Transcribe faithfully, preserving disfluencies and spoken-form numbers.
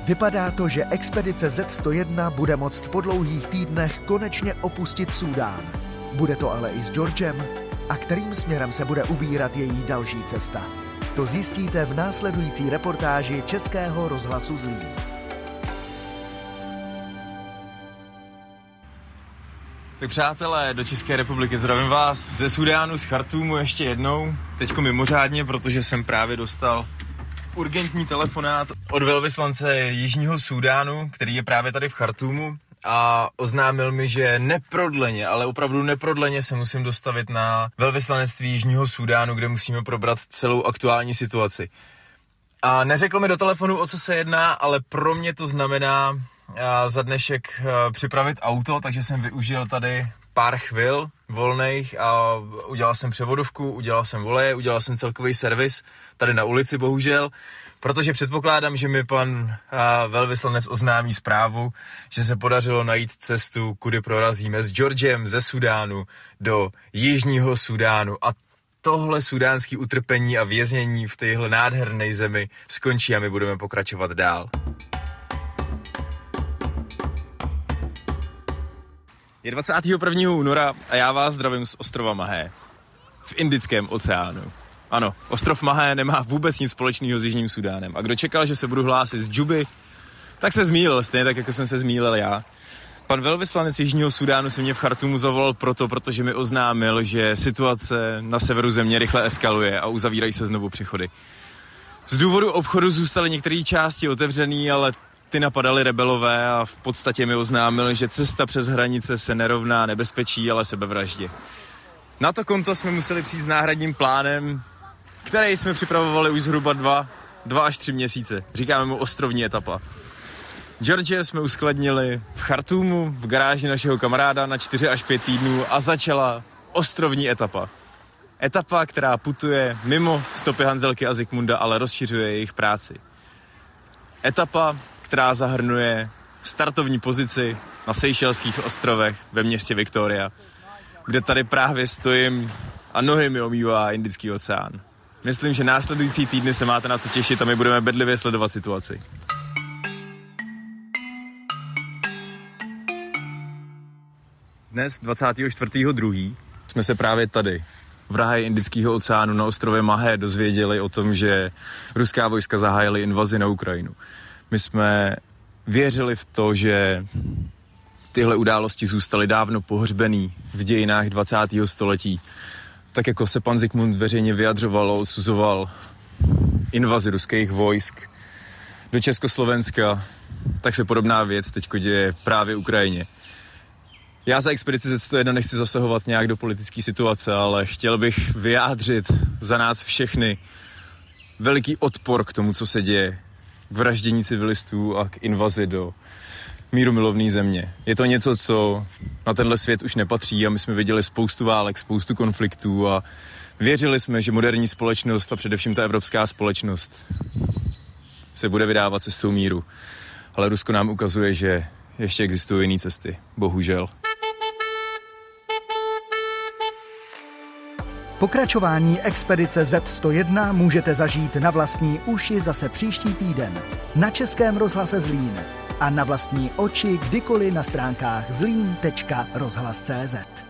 Vypadá to, že expedice zet sto jedna bude moct po dlouhých týdnech konečně opustit Súdán. Bude to ale i s Georgem? A kterým směrem se bude ubírat její další cesta? To zjistíte v následující reportáži Českého rozhlasu Zlín. Tak přátelé, do České republiky zdravím vás ze Súdánu, z Chartúmu ještě jednou. Teďko mimořádně, protože jsem právě dostal urgentní telefonát od velvyslance Jižního Súdánu, který je právě tady v Chartúmu a oznámil mi, že neprodleně, ale opravdu neprodleně se musím dostavit na velvyslanectví Jižního Súdánu, kde musíme probrat celou aktuální situaci. A neřekl mi do telefonu, o co se jedná, ale pro mě to znamená za dnešek připravit auto, takže jsem využil tady pár chvil volných a udělal jsem převodovku, udělal jsem voleje, udělal jsem celkový servis tady na ulici bohužel, protože předpokládám, že mi pan velvyslanec oznámí zprávu, že se podařilo najít cestu, kudy prorazíme s Georgem ze Súdánu do Jižního Súdánu a tohle sudánský utrpení a věznění v téhle nádherné zemi skončí a my budeme pokračovat dál. Je dvacátého prvního února a já vás zdravím z ostrova Mahé v Indickém oceánu. Ano, ostrov Mahé nemá vůbec nic společného s Jižním Súdánem. A kdo čekal, že se budu hlásit z Džuby, tak se zmýlil, stejně tak, jako jsem se zmýlil já. Pan velvyslanec Jižního Súdánu se mě v Chartúmu zavolal proto, protože mi oznámil, že situace na severu země rychle eskaluje a uzavírají se znovu přechody. Z důvodu obchodu zůstaly některé části otevřený, ale ty napadaly rebelové a v podstatě mi oznámil, že cesta přes hranice se nerovná nebezpečí, ale sebevraždě. Na to konto jsme museli přijít s náhradním plánem, který jsme připravovali už zhruba dva, dva až tři měsíce. Říkáme mu ostrovní etapa. George jsme uskladnili v Chartúmu, v garáži našeho kamaráda na čtyři až pět týdnů a začala ostrovní etapa. Etapa, která putuje mimo stopy Hanzelky a Zikmunda, ale rozšiřuje jejich práci. Etapa, která zahrnuje startovní pozici na Seychelských ostrovech ve městě Victoria, kde tady právě stojím a nohy mi omývá Indický oceán. Myslím, že následující týdny se máte na co těšit a my budeme bedlivě sledovat situaci. Dnes, dvacátého čtvrtého druhého jsme se právě tady v ráji Indického oceánu na ostrově Mahé dozvěděli o tom, že ruská vojska zahájily invazi na Ukrajinu. My jsme věřili v to, že tyhle události zůstaly dávno pohřbený v dějinách dvacátého století. Tak jako se pan Zikmund veřejně vyjadřoval a odsuzoval invazi ruských vojsk do Československa, tak se podobná věc teďko děje právě Ukrajině. Já za expedici zet sto jedna nechci zasahovat nějak do politické situace, ale chtěl bych vyjádřit za nás všechny veliký odpor k tomu, co se děje, k vraždění civilistů a k invazi do mírumilovné země. Je to něco, co na tenhle svět už nepatří a my jsme viděli spoustu válek, spoustu konfliktů a věřili jsme, že moderní společnost a především ta evropská společnost se bude vydávat cestou míru. Ale Rusko nám ukazuje, že ještě existují jiné cesty. Bohužel. Pokračování expedice zet sto jedna můžete zažít na vlastní uši zase příští týden na Českém rozhlase Zlín a na vlastní oči kdykoliv na stránkách zlín tečka rozhlas tečka cé zet.